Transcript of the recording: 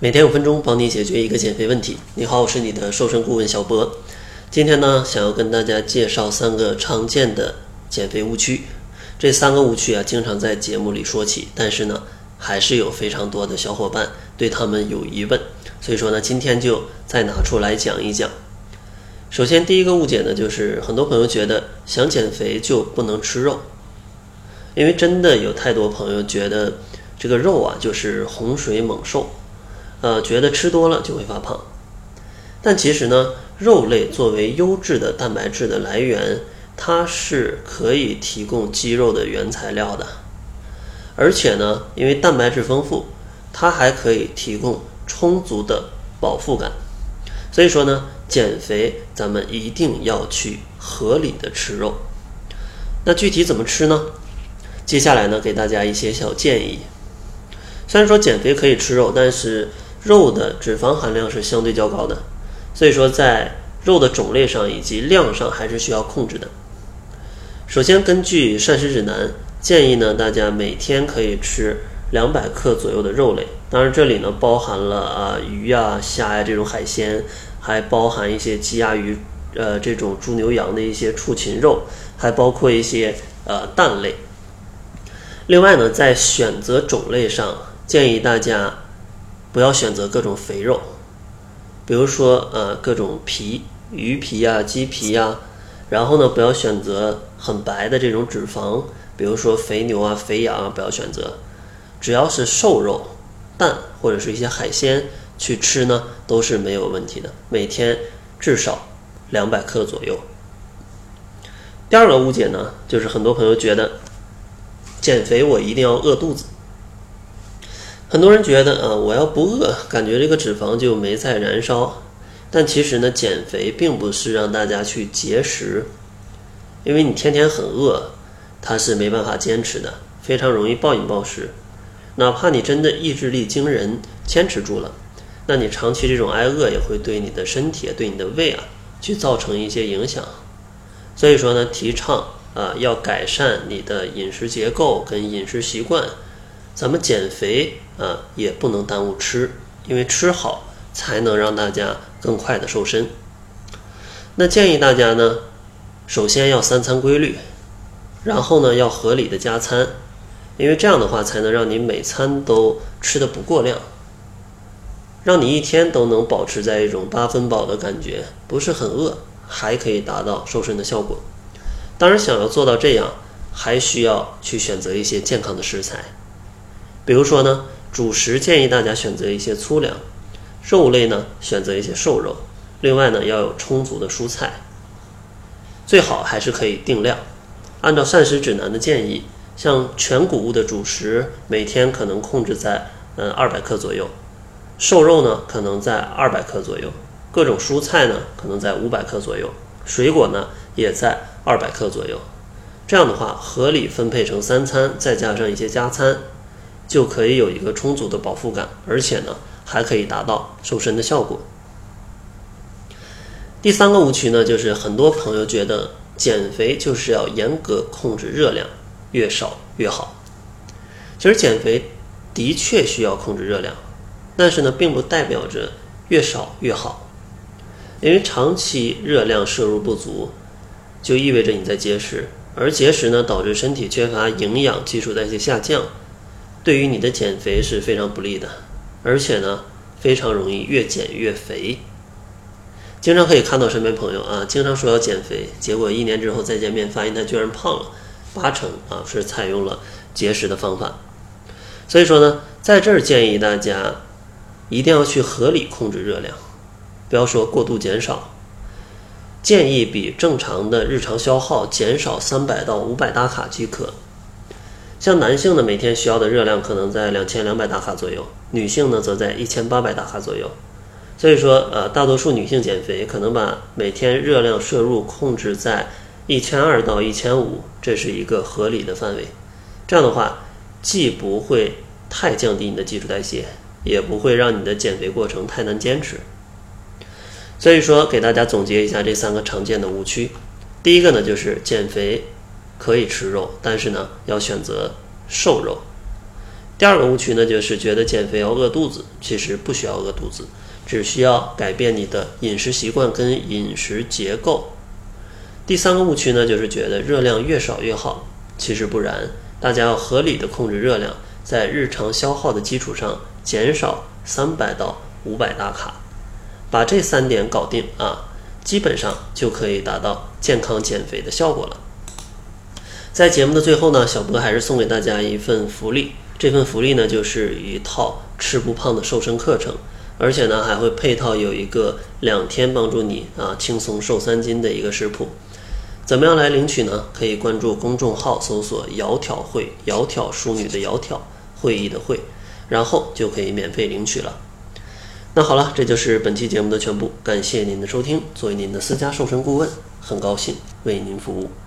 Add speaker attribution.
Speaker 1: 每天5分钟，帮你解决一个减肥问题。你好，我是你的瘦身顾问小博。今天呢，想要跟大家介绍3个常见的减肥误区。这3个误区啊，经常在节目里说起，但是呢，还是有非常多的小伙伴对他们有疑问，所以说呢，今天就再拿出来讲一讲。首先，第一个误解呢，就是很多朋友觉得想减肥就不能吃肉，因为真的有太多朋友觉得这个肉啊就是洪水猛兽，觉得吃多了就会发胖。但其实呢，肉类作为优质的蛋白质的来源，它是可以提供肌肉的原材料的，而且呢，因为蛋白质丰富，它还可以提供充足的饱腹感。所以说呢，减肥咱们一定要去合理的吃肉。那具体怎么吃呢？接下来呢，给大家一些小建议。虽然说减肥可以吃肉，但是肉的脂肪含量是相对较高的，所以说在肉的种类上以及量上还是需要控制的。首先，根据膳食指南建议呢，大家每天可以吃200克左右的肉类。当然这里呢包含了鱼啊、虾呀这种海鲜，还包含一些鸡鸭鱼这种猪牛羊的一些畜禽肉，还包括一些蛋类。另外呢，在选择种类上，建议大家不要选择各种肥肉，比如说各种皮，鱼皮啊、鸡皮啊，然后呢不要选择很白的这种脂肪，比如说肥牛啊、肥羊啊，不要选择。只要是瘦肉、蛋或者是一些海鲜去吃呢，都是没有问题的。每天至少200克左右。第二个误解呢，就是很多朋友觉得减肥我一定要饿肚子。很多人觉得我要不饿，感觉这个脂肪就没在燃烧。但其实呢，减肥并不是让大家去节食，因为你天天很饿，它是没办法坚持的，非常容易暴饮暴食。哪怕你真的意志力惊人，坚持住了，那你长期这种挨饿也会对你的身体、对你的胃去造成一些影响。所以说呢，提倡要改善你的饮食结构跟饮食习惯。咱们减肥也不能耽误吃，因为吃好才能让大家更快的瘦身。那建议大家呢，首先要3餐规律，然后呢要合理的加餐，因为这样的话才能让你每餐都吃得不过量，让你一天都能保持在一种8分饱的感觉，不是很饿，还可以达到瘦身的效果。当然想要做到这样，还需要去选择一些健康的食材。比如说呢，主食建议大家选择一些粗粮，肉类呢选择一些瘦肉，另外呢要有充足的蔬菜，最好还是可以定量。按照膳食指南的建议，像全谷物的主食每天可能控制在200克左右，瘦肉呢可能在200克左右，各种蔬菜呢可能在500克左右，水果呢也在200克左右。这样的话，合理分配成3餐，再加上一些加餐，就可以有一个充足的饱腹感，而且呢还可以达到瘦身的效果。第3个误区呢，就是很多朋友觉得减肥就是要严格控制热量，越少越好。其实减肥的确需要控制热量，但是呢并不代表着越少越好，因为长期热量摄入不足就意味着你在节食，而节食呢导致身体缺乏营养，基础代谢下降，对于你的减肥是非常不利的，而且呢非常容易越减越肥。经常可以看到身边朋友经常说要减肥，结果1年之后再见面，发现他居然胖了，80%是采用了节食的方法。所以说呢，在这儿建议大家一定要去合理控制热量，不要说过度减少，建议比正常的日常消耗减少300到500大卡即可。像男性呢，每天需要的热量可能在2200大卡左右，女性呢则在1800大卡左右。所以说大多数女性减肥可能把每天热量摄入控制在1200到1500，这是一个合理的范围。这样的话，既不会太降低你的基础代谢，也不会让你的减肥过程太难坚持。所以说给大家总结一下这3个常见的误区。第一个呢，就是减肥可以吃肉，但是呢要选择瘦肉。 第二个误区呢，就是觉得减肥要饿肚子，其实不需要饿肚子，只需要改变你的饮食习惯跟饮食结构。第三个误区呢，就是觉得热量越少越好，其实不然，大家要合理的控制热量，在日常消耗的基础上减少300到500大卡，把这3点搞定基本上就可以达到健康减肥的效果了。在节目的最后呢，小博还是送给大家一份福利，这份福利呢就是一套吃不胖的瘦身课程，而且呢还会配套有一个2天帮助你轻松瘦3斤的一个食谱。怎么样来领取呢？可以关注公众号搜索窈窕会，窈窕淑女的窈窕，会议的会，然后就可以免费领取了。那好了，这就是本期节目的全部，感谢您的收听。作为您的私家瘦身顾问，很高兴为您服务。